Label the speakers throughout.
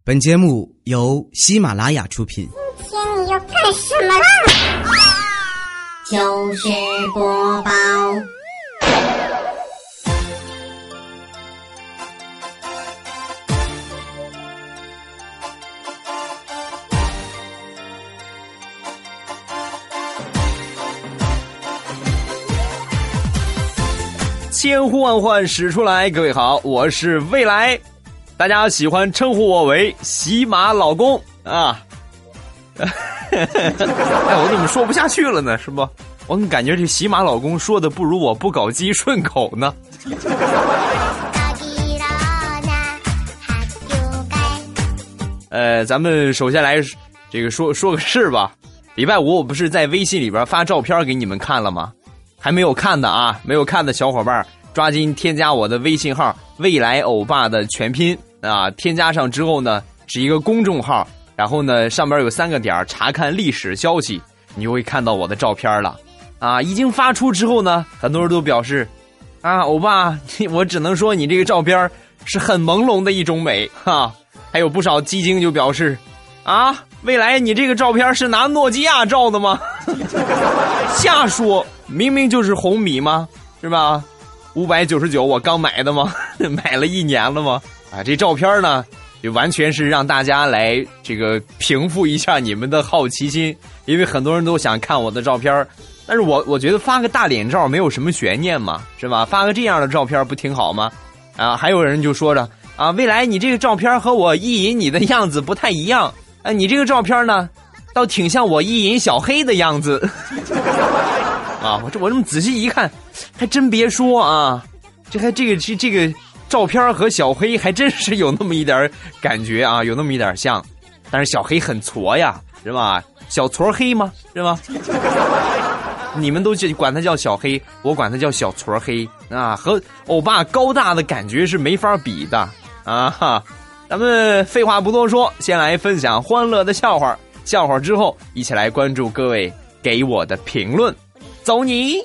Speaker 1: 本节目由喜马拉雅出品。
Speaker 2: 今天你要干什么啦？
Speaker 3: 糗事播报。
Speaker 4: 千呼万唤始出来，各位好，我是未来，大家喜欢称呼我为喜马老公啊。哎，我怎么说不下去了呢？是不？我感觉这喜马老公说的不如我不搞基顺口呢。咱们首先来这个说个事吧。礼拜五我不是在微信里边发照片给你们看了吗？还没有看的啊，没有看的小伙伴抓紧添加我的微信号未来欧巴的全拼啊，添加上之后呢是一个公众号，然后呢上面有3个点查看历史消息，你就会看到我的照片了啊。已经发出之后呢，很多人都表示啊，欧巴，我只能说你这个照片是很朦胧的一种美哈。还有不少基精就表示啊，未来你这个照片是拿诺基亚照的吗？瞎说，明明就是红米吗？是吧？599我刚买的吗？买了1年了吗？啊，这照片呢就完全是让大家来这个平复一下你们的好奇心，因为很多人都想看我的照片，但是我觉得发个大脸照没有什么悬念嘛，是吧？发个这样的照片不挺好吗？啊，还有人就说着啊，未来你这个照片和我意淫你的样子不太一样啊，你这个照片呢倒挺像我意淫小黑的样子。啊，我这么仔细一看，还真别说啊，这个照片和小黑还真是有那么一点感觉啊，有那么一点像，但是小黑很矬呀，是吧？小矬黑吗？是吧？你们都管他叫小黑，我管他叫小矬黑啊，和欧巴高大的感觉是没法比的啊哈。咱们废话不多说，先来分享欢乐的笑话，笑话之后一起来关注各位给我的评论。走你！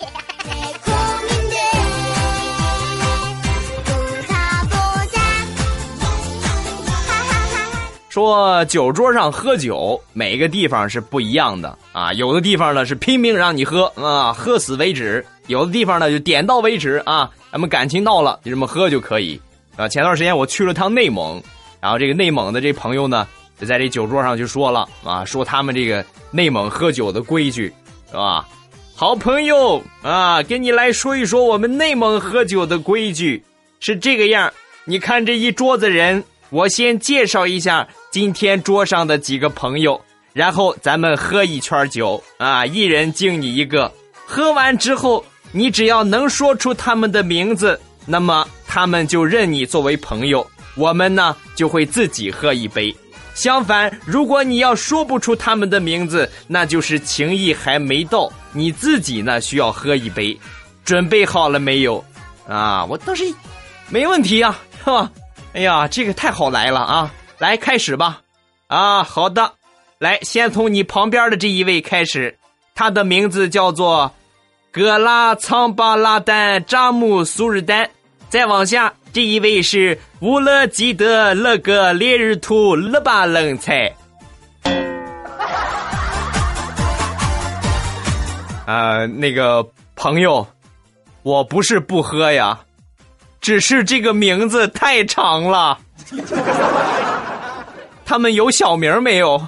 Speaker 4: 说酒桌上喝酒，每个地方是不一样的啊。有的地方呢是拼命让你喝啊，喝死为止；有的地方呢就点到为止啊，咱们感情到了就这么喝就可以啊。前段时间我去了趟内蒙，然后这个内蒙的这朋友呢就在这酒桌上就说了啊，说他们这个内蒙喝酒的规矩是吧？好朋友啊，跟你来说一说我们内蒙喝酒的规矩是这个样。你看这一桌子人，我先介绍一下今天桌上的几个朋友，然后咱们喝一圈酒啊，一人敬你一个。喝完之后，你只要能说出他们的名字，那么他们就认你作为朋友，我们呢就会自己喝一杯。相反，如果你要说不出他们的名字，那就是情谊还没到，你自己呢需要喝一杯。准备好了没有啊？我倒是没问题啊，是吧？哎呀，这个太好来了啊！来开始吧。啊，好的，来先从你旁边的这一位开始，他的名字叫做格拉苍巴拉丹扎木苏日丹。再往下，这一位是乌勒基德勒格列日图勒巴冷菜。那个朋友，我不是不喝呀，只是这个名字太长了。他们有小名没有？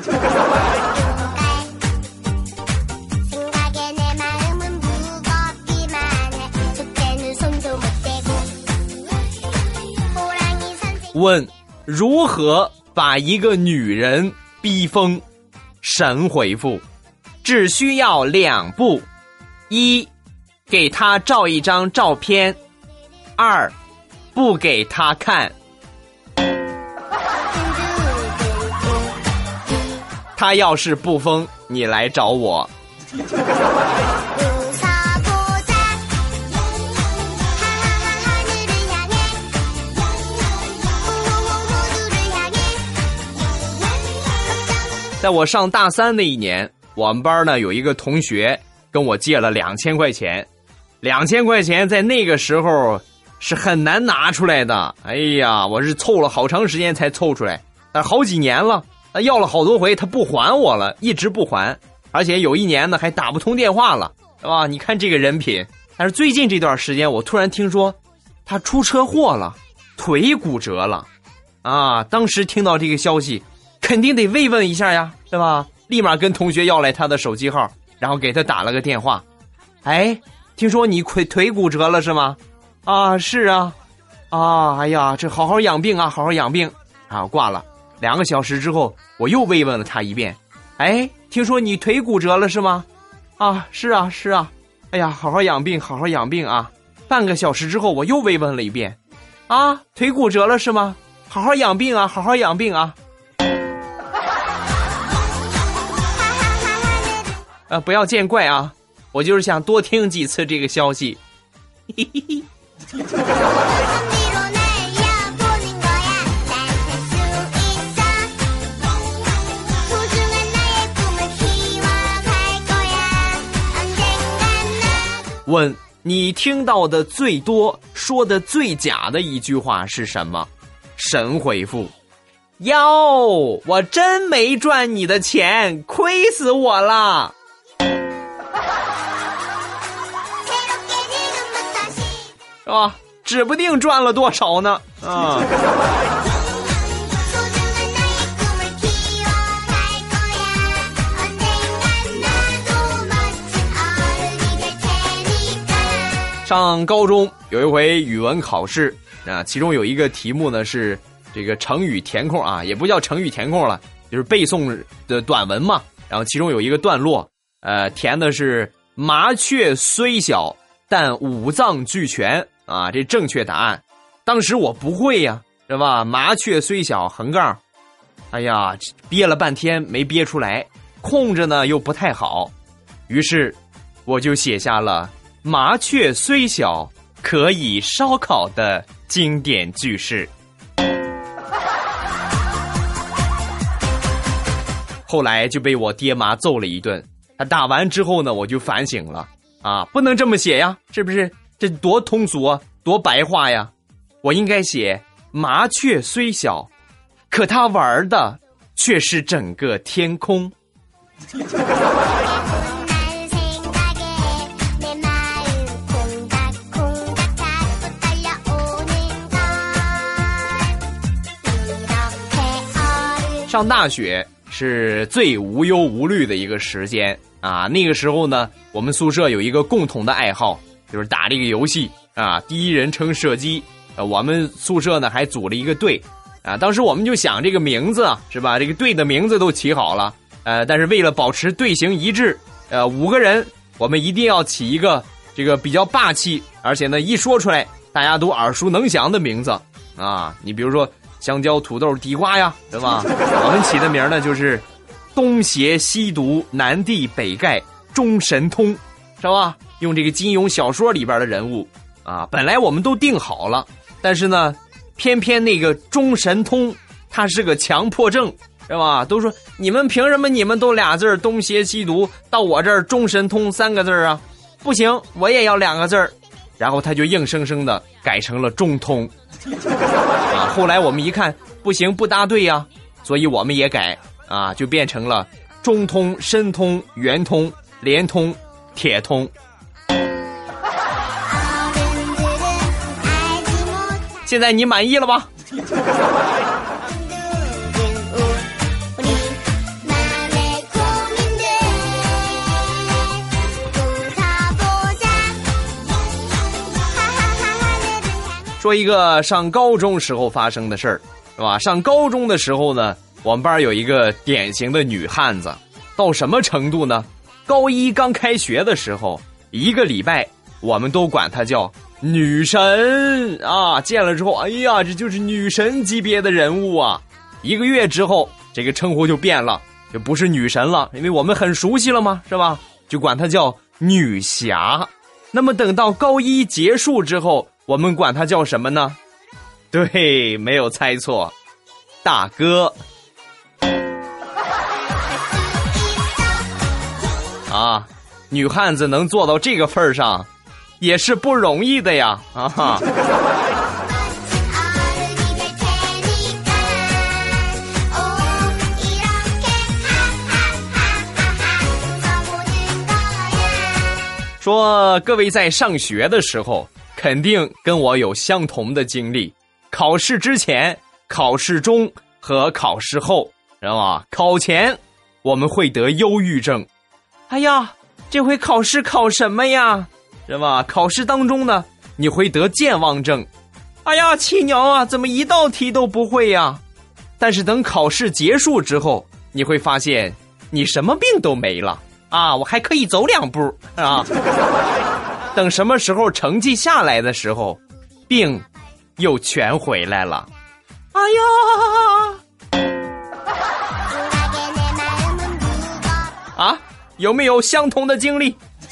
Speaker 4: 问如何把一个女人逼疯？神回复：只需要2步：一，给她照一张照片；二，不给她看。她要是不疯，你来找我。在我上大3那一年，我们班呢有一个同学跟我借了2000块钱，2000块钱在那个时候是很难拿出来的。哎呀，我是凑了好长时间才凑出来。 但是好几年了，要了好多回，他不还我了，一直不还，而且有一年呢还打不通电话了，是吧？你看这个人品。但是最近这段时间，我突然听说他出车祸了，腿骨折了，啊！当时听到这个消息，肯定得慰问一下呀，对吧？立马跟同学要来他的手机号，然后给他打了个电话。哎，听说你腿骨折了是吗？啊，是啊，啊，哎呀，这好好养病啊，好好养病啊！我挂了。2个小时之后，我又慰问了他一遍。哎，听说你腿骨折了是吗？啊，是啊，是啊。哎呀，好好养病，好好养病啊！半个小时之后，我又慰问了一遍。啊，腿骨折了是吗？好好养病啊，好好养病啊！不要见怪啊，我就是想多听几次这个消息。嘿嘿嘿。问你听到的最多、说的最假的一句话是什么？神回复：哟，我真没赚你的钱，亏死我了。是吧？指不定赚了多少呢啊！上高中有一回语文考试啊，其中有一个题目呢是这个成语填空啊，也不叫成语填空了，就是背诵的短文嘛。然后其中有一个段落，填的是麻雀虽小，但五脏俱全啊，这正确答案。当时我不会呀，是吧？麻雀虽小横杠，哎呀，憋了半天没憋出来，空着呢又不太好，于是我就写下了麻雀虽小，可以烧烤的经典句式。后来就被我爹妈揍了一顿。他打完之后呢，我就反省了啊，不能这么写呀，是不是？这多通俗啊，多白话呀！我应该写麻雀虽小，可它玩的却是整个天空。上大学是最无忧无虑的一个时间啊！那个时候呢，我们宿舍有一个共同的爱好，就是打这个游戏啊，第一人称射击。我们宿舍呢还组了一个队啊，当时我们就想这个名字啊，是吧？这个队的名字都起好了，但是为了保持队形一致，5个人我们一定要起一个这个比较霸气，而且呢一说出来大家都耳熟能详的名字啊。你比如说香蕉、土豆、地瓜呀，对吧？我们起的名呢就是东邪西毒南帝北丐中神通，是吧？用这个金庸小说里边的人物啊，本来我们都定好了，但是呢偏偏那个中神通他是个强迫症，是吧？都说你们凭什么你们都俩字东邪西毒，到我这儿中神通3个字啊？不行，我也要2个字。然后他就硬生生的改成了中通啊。后来我们一看不行，不搭对呀，所以我们也改啊，就变成了中通、申通、圆通、连通、铁通。现在你满意了吧？说一个上高中时候发生的事儿，是吧？上高中的时候呢，我们班有一个典型的女汉子，到什么程度呢？高一刚开学的时候，1个礼拜我们都管她叫女神啊，见了之后，哎呀，这就是女神级别的人物啊。1个月之后，这个称呼就变了，就不是女神了，因为我们很熟悉了嘛，是吧？就管她叫女侠。那么等到高一结束之后，我们管她叫什么呢？对，没有猜错，大哥。啊，女汉子能做到这个份儿上，也是不容易的呀！啊哈。 说各位在上学的时候肯定跟我有相同的经历，考试之前、考试中和考试后，知道吧？考前我们会得忧郁症，哎呀，这回考试考什么呀？是吧？考试当中呢，你会得健忘症，哎呀，亲娘啊，怎么一道题都不会呀？但是等考试结束之后，你会发现你什么病都没了啊，我还可以走2步啊。等什么时候成绩下来的时候，病又全回来了。哎呀！啊，有没有相同的经历？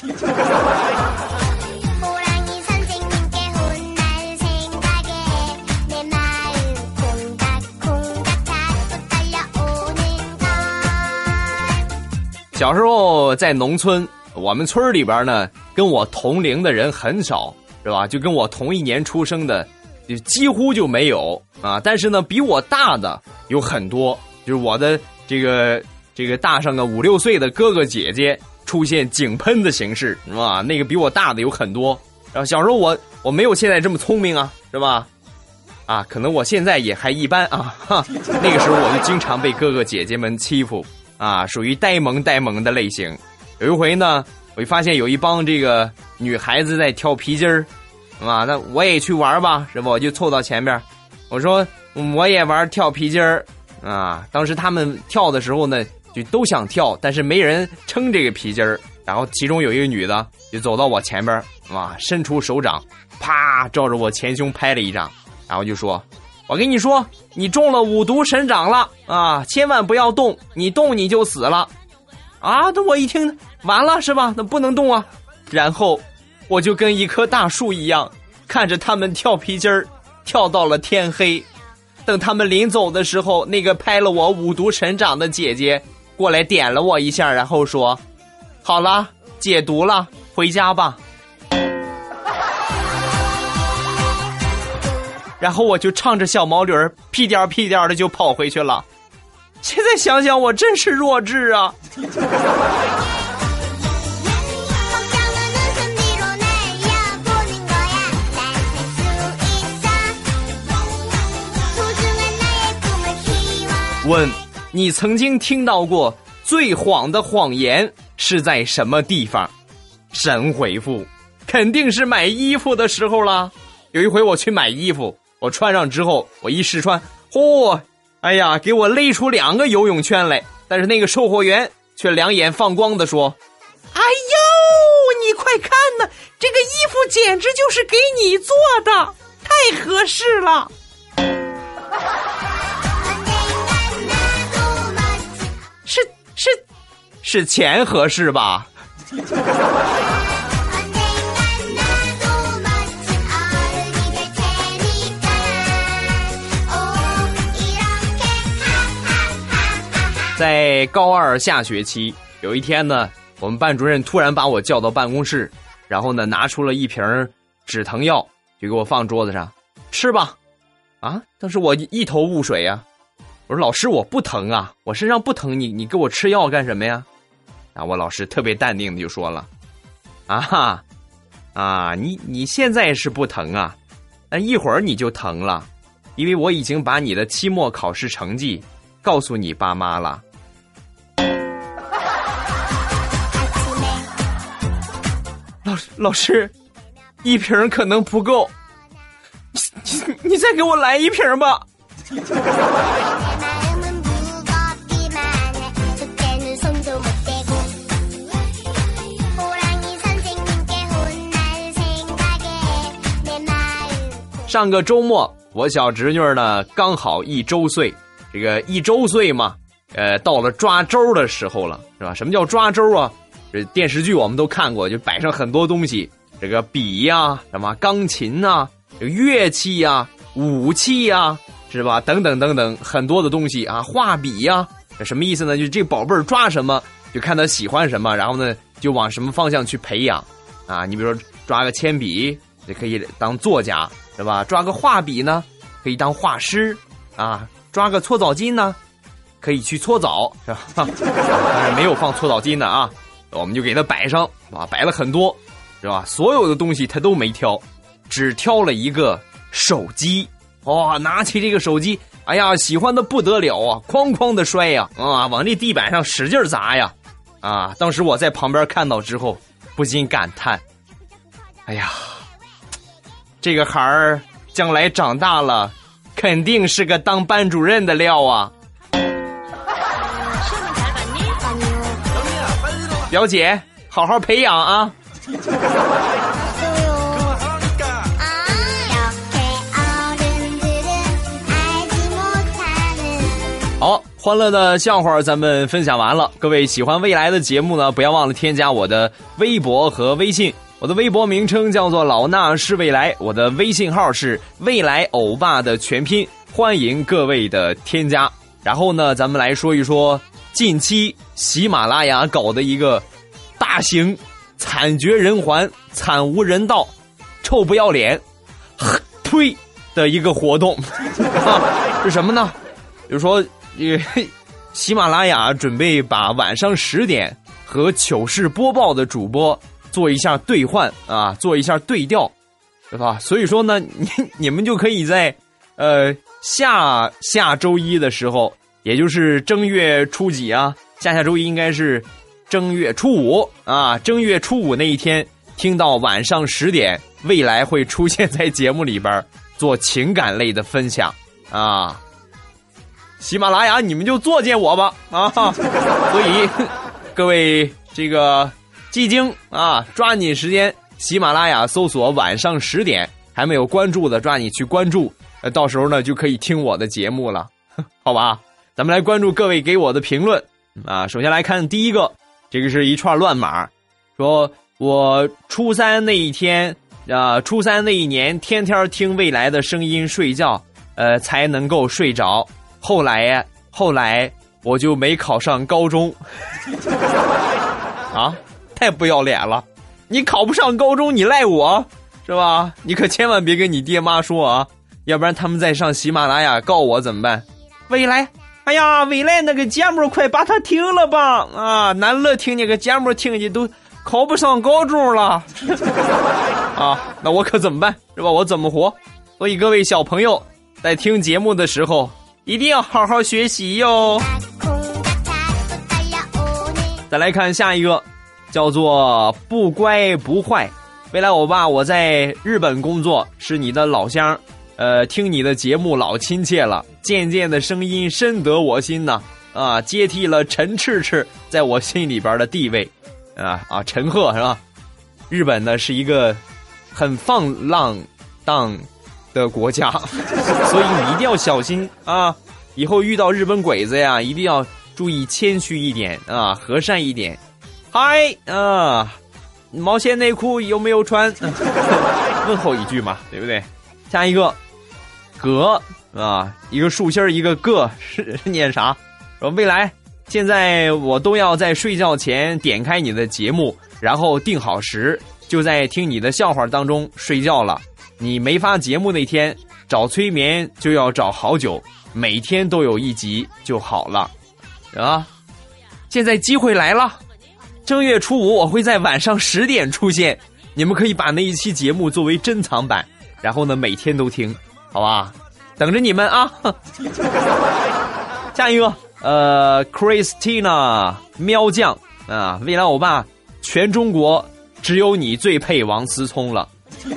Speaker 4: 小时候在农村，我们村里边呢，跟我同龄的人很少，是吧？就跟我同一年出生的，就几乎就没有啊。但是呢，比我大的有很多，就是我的这个大上个5、6岁的哥哥姐姐出现井喷的形式，是吧？那个比我大的有很多。然后小时候我没有现在这么聪明啊，是吧？啊，可能我现在也还一般啊。那个时候我就经常被哥哥姐姐们欺负。啊，属于呆萌的类型。有一回呢，我就发现有一帮这个女孩子在跳皮筋儿，啊，那我也去玩吧，是吧？我就凑到前边，我说我也玩跳皮筋儿啊。当时他们跳的时候呢，就都想跳，但是没人撑这个皮筋儿。然后其中有一个女的就走到我前边，啊，伸出手掌，啪照着我前胸拍了一掌，然后就说。我跟你说，你中了5毒神掌了啊！千万不要动，你动你就死了，啊！那我一听，完了是吧？那不能动啊！然后我就跟一棵大树一样，看着他们跳皮筋儿，跳到了天黑。等他们临走的时候，那个拍了我5毒神掌的姐姐过来点了我一下，然后说：“好了，解毒了，回家吧。”然后我就唱着小毛驴儿，屁颠屁颠的就跑回去了。现在想想，我真是弱智啊！问：你曾经听到过最谎的谎言是在什么地方？神回复：肯定是买衣服的时候啦。有一回我去买衣服。我穿上之后，我一试穿，嚯，哎呀，给我勒出2个游泳圈来。但是那个售货员却2眼放光的说：“哎呦，你快看呐，这个衣服简直就是给你做的，太合适了。”是钱合适吧？在高2下学期，有一天呢，我们班主任突然把我叫到办公室，然后呢拿出了一瓶止疼药，就给我放桌子上，吃吧。啊，当时我一头雾水呀，我说老师我不疼啊，我身上不疼，你给我吃药干什么呀？然后我老师特别淡定的就说了，你现在是不疼啊，但一会儿你就疼了，因为我已经把你的期末考试成绩告诉你爸妈了。老师，一瓶可能不够，你再给我来1瓶吧。上个周末，我小侄女呢刚好1周岁，这个1周岁嘛，到了抓周的时候了，是吧？什么叫抓周啊？这电视剧我们都看过，就摆上很多东西，这个笔呀，什么钢琴啊，这个乐器呀，武器呀，是吧？等等等等，很多的东西啊，画笔呀，什么意思呢？就是这个宝贝儿抓什么，就看他喜欢什么，然后呢，就往什么方向去培养啊。你比如说抓个铅笔，就可以当作家，是吧？抓个画笔呢，可以当画师啊。抓个搓澡巾呢，可以去搓澡，是吧？当然没有放搓澡巾的啊。我们就给它摆上啊，摆了很多。 是吧？所有的东西他都没挑，只挑了一个手机。哇，拿起这个手机，哎呀，喜欢的不得了啊，哐哐的摔呀，往这地板上使劲砸呀，当时我在旁边看到之后，不禁感叹，哎呀，这个孩儿将来长大了，肯定是个当班主任的料啊。表姐，好好培养啊。好，欢乐的笑话咱们分享完了。各位喜欢未来的节目呢，不要忘了添加我的微博和微信。我的微博名称叫做老衲是未来，我的微信号是未来欧巴的全拼，欢迎各位的添加。然后呢，咱们来说一说近期喜马拉雅搞的一个大型惨绝人寰、惨无人道、臭不要脸、推的一个活动是什么呢？比如说喜马拉雅准备把晚上10点和糗事播报的主播做一下兑换做一下对调，对吧？所以说呢，你们就可以在下周一的时候，也就是正月初几啊？下周一应该是正月初5啊，正月初5那一天，听到晚上10点，未来会出现在节目里边做情感类的分享啊。喜马拉雅，你们就作践我吧啊！所以各位这个记经抓紧时间，喜马拉雅搜索晚上10点，还没有关注的抓紧去关注，到时候呢就可以听我的节目了，好吧？咱们来关注各位给我的评论首先来看第一个，这个是一串乱码，说我初三那一天初三那一年天天听未来的声音睡觉才能够睡着，后来我就没考上高中太不要脸了，你考不上高中你赖我是吧？你可千万别跟你爹妈说啊，要不然他们再上喜马拉雅告我怎么办？未来，哎呀，未来那个节目快把它停了吧难乐听那个节目听去都考不上高中了那我可怎么办是吧？我怎么活？所以各位小朋友在听节目的时候一定要好好学习哟。再来看下一个，叫做不乖不坏。未来欧巴，我在日本工作，是你的老乡，听你的节目老亲切了，渐渐的声音深得我心呐接替了陈赤赤在我心里边的地位陈赫是吧？日本呢是一个很放浪荡的国家，所以你一定要小心以后遇到日本鬼子呀，一定要注意谦虚一点和善一点。嗨毛线内裤有没有穿？问候一句嘛，对不对？下一个葛一个竖心一个个是念啥？说未来现在我都要在睡觉前点开你的节目，然后定好时就在听你的笑话当中睡觉了。你没发节目那天找催眠就要找好久，每天都有一集就好了现在机会来了，正月初5我会在晚上10点出现，你们可以把那一期节目作为珍藏版，然后呢每天都听，好吧？等着你们下一个Christina 喵酱未来欧巴，全中国只有你最配王思聪了。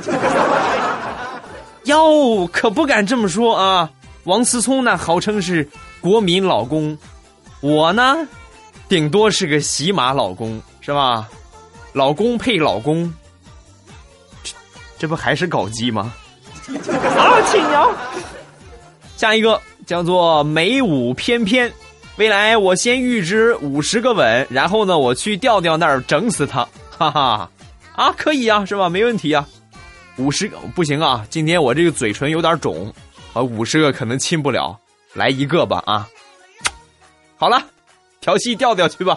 Speaker 4: 哟，可不敢这么说王思聪呢号称是国民老公，我呢顶多是个喜马老公是吧？老公配老公，这不还是搞基吗？亲娘！下一个叫做美舞翩翩，未来我先预支50个吻，然后呢我去调调那儿整死他，哈哈可以是吧？没问题50个不行今天我这个嘴唇有点肿50个可能亲不了，来一个吧好了，调戏调调去吧。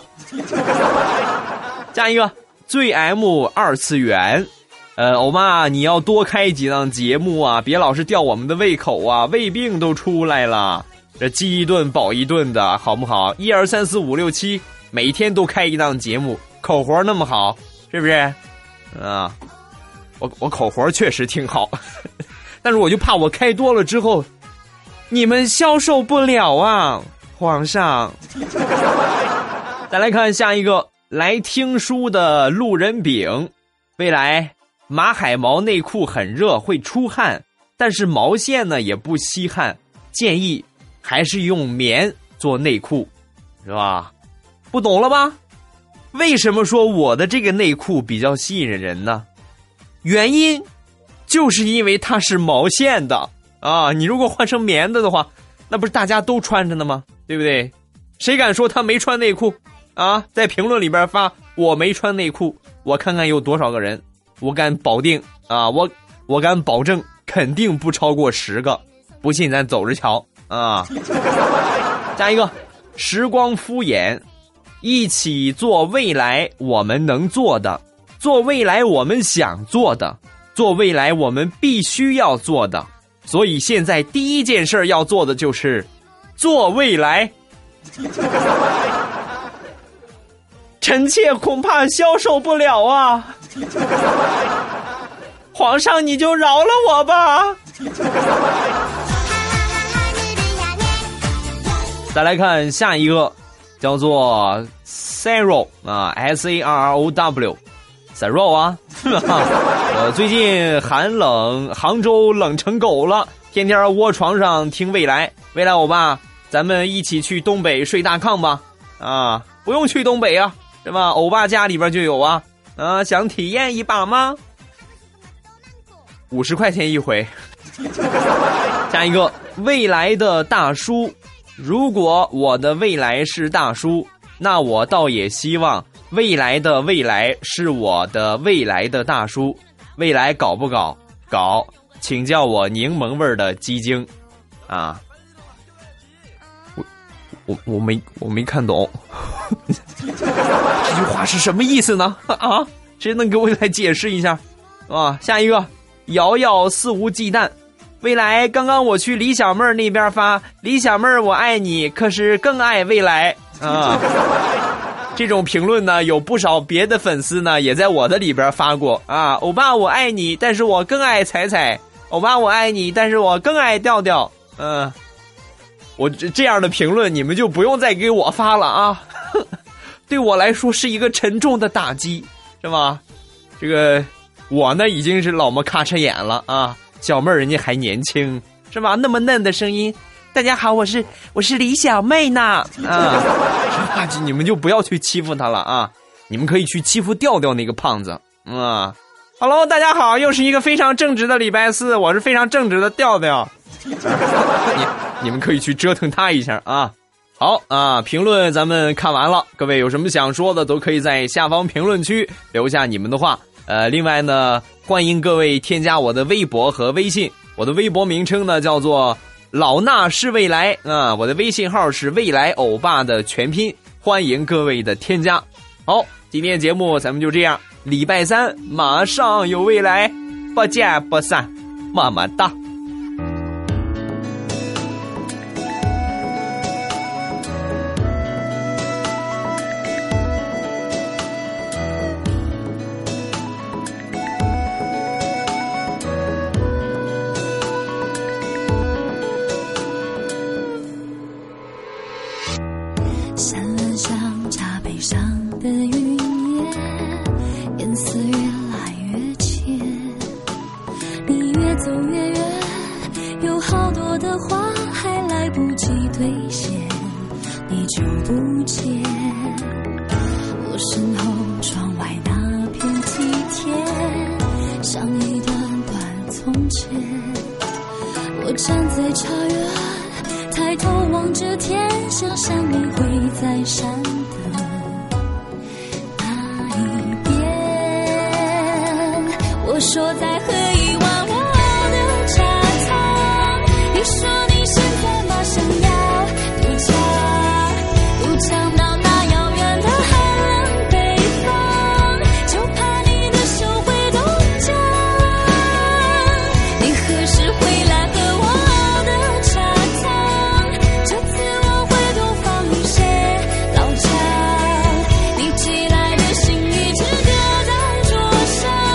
Speaker 4: 下一个最 M 二次元，欧妈你要多开几档节目别老是吊我们的胃口胃病都出来了，这饥一顿饱一顿的好不好？1、2、3、4、5、6、7每天都开一档节目，口活那么好，是不是？ 啊。我口活确实挺好，但是我就怕我开多了之后，你们消受不了啊，皇上。再来看下一个，来听书的路人丙，未来马海毛内裤很热会出汗，但是毛线呢也不吸汗，建议还是用棉做内裤，是吧？不懂了吧？为什么说我的这个内裤比较吸引人呢？原因就是因为它是毛线的啊！你如果换成棉的话，那不是大家都穿着呢吗？对不对？谁敢说他没穿内裤啊？在评论里边发我没穿内裤，我看看有多少个人。我敢保定啊，我敢保证肯定不超过10个，不信咱走着瞧啊！下一个，时光敷衍，一起做未来我们能做的，做未来我们想做的，做未来我们必须要做的。所以现在第一件事要做的就是做未来。臣妾恐怕消受不了啊！皇上你就饶了我吧。再来看下一个，叫做 Sarrow 啊 ，SARROW。Sarrow 啊，最近寒冷，杭州冷成狗了，天天窝床上听未来欧巴，咱们一起去东北睡大炕吧。啊，不用去东北啊，是吧？欧巴家里边就有啊。啊，想体验一把吗？50块钱一回。下一个，未来的大叔，如果我的未来是大叔，那我倒也希望未来的未来是我的未来的大叔。未来搞不搞？搞，请叫我柠檬味的鸡精。啊，我没看懂。这句话是什么意思呢？啊，谁能给我来解释一下？啊，下一个，瑶瑶肆无忌惮。未来，刚刚我去李小妹儿那边发，李小妹儿我爱你，可是更爱未来啊。这种评论呢，有不少别的粉丝呢也在我的里边发过啊。欧巴我爱你，但是我更爱彩彩。欧巴我爱你，但是我更爱调调。我这样的评论你们就不用再给我发了啊。对我来说是一个沉重的打击，是吧？这个我呢已经是老么咔嚓眼了啊。小妹儿人家还年轻，是吧？那么嫩的声音。大家好，我是李小妹呢。啊，你们就不要去欺负她了啊！你们可以去欺负调调那个胖子啊。Hello， 大家好，又是一个非常正直的礼拜四，我是非常正直的调调。你们可以去折腾他一下啊。好啊，评论咱们看完了，各位有什么想说的，都可以在下方评论区留下你们的话。另外呢，欢迎各位添加我的微博和微信，我的微博名称呢叫做老衲是未来啊，我的微信号是未来欧巴的全拼，欢迎各位的添加。好，今天节目咱们就这样，礼拜三马上有未来，不见不散，么么哒。
Speaker 5: 山峦上茶杯上的云烟，颜色越来越浅，你越走越远，有好多的话还来不及兑现，你就不见。我身后窗外那片梯田，像一段段从前，我站在茶园，抬头望着天，想象你会在山的那一边。我说再喝一碗我的茶汤，你说你现在马上要渡江到那遥远的寒冷北方，就怕你的手会冻僵。你何时回来喝我的茶汤？这次我会多放一些老姜，你寄来的信一直搁在桌上。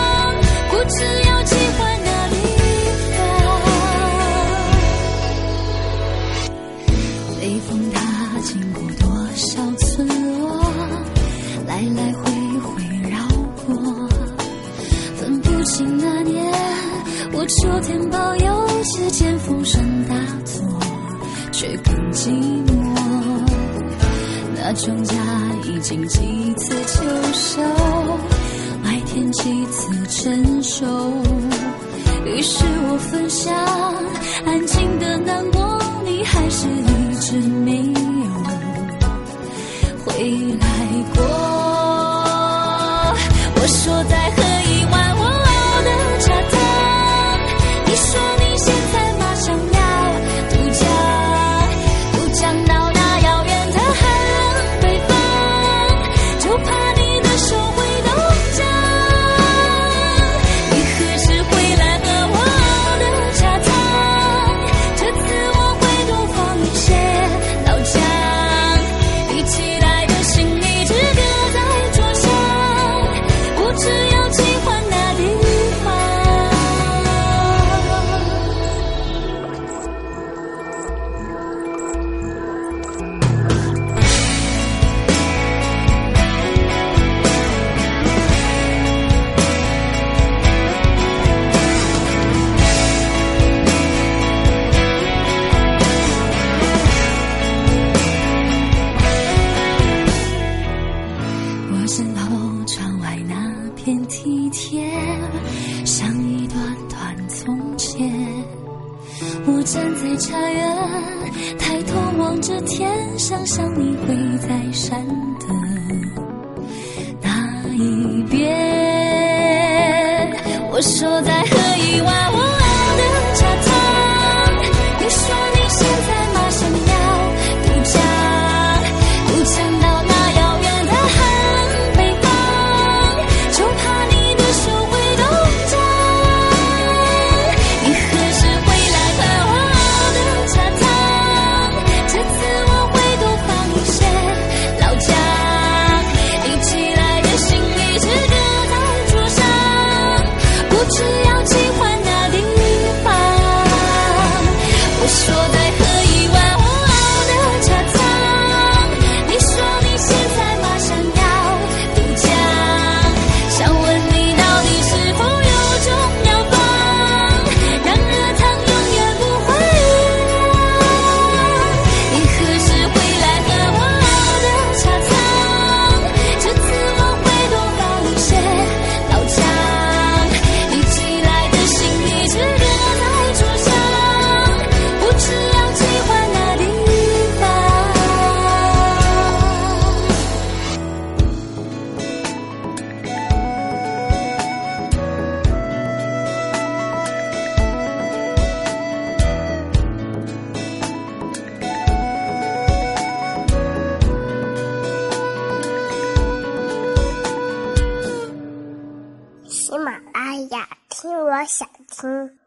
Speaker 5: 它经过多少村落，来来回回绕过，分不清那年我秋天抱有指尖风声大作，却更寂寞。那庄稼已经几次秋收，麦田几次成熟，于是我分享安静的难过，你还是一直没有回来过。我说再喝一碗我熬的茶汤，你说你现在马上要渡江到那遥远的寒冷北方，就怕你的手会冻僵。你何时回来喝我熬的茶汤？这次我会多放一些老姜，一起来的心一直搁在桌上，不知要寄还哪地方。我身后窗外那片梯田，像一段段从前。我站在茶园，抬头望着天，想象你会在山的那一边。我说再喝一碗我熬的茶汤，你说你现在马上要渡江到那遥远的寒冷北方，就怕你的手会冻僵。你何时回来喝我熬的茶汤？这次我会多放一些老姜，一起来的心一直搁在桌上，不知要寄还哪地方。我说再喝一碗我熬的茶汤，你说你现在马上要渡江，想问你到底是否有种药方，让热汤永远不会凉。你何时回来喝我熬的茶汤？这次我会多放一些老姜，一起来的心一直搁在桌上，不知要寄还哪地方。
Speaker 2: 喜马拉雅，听我想听。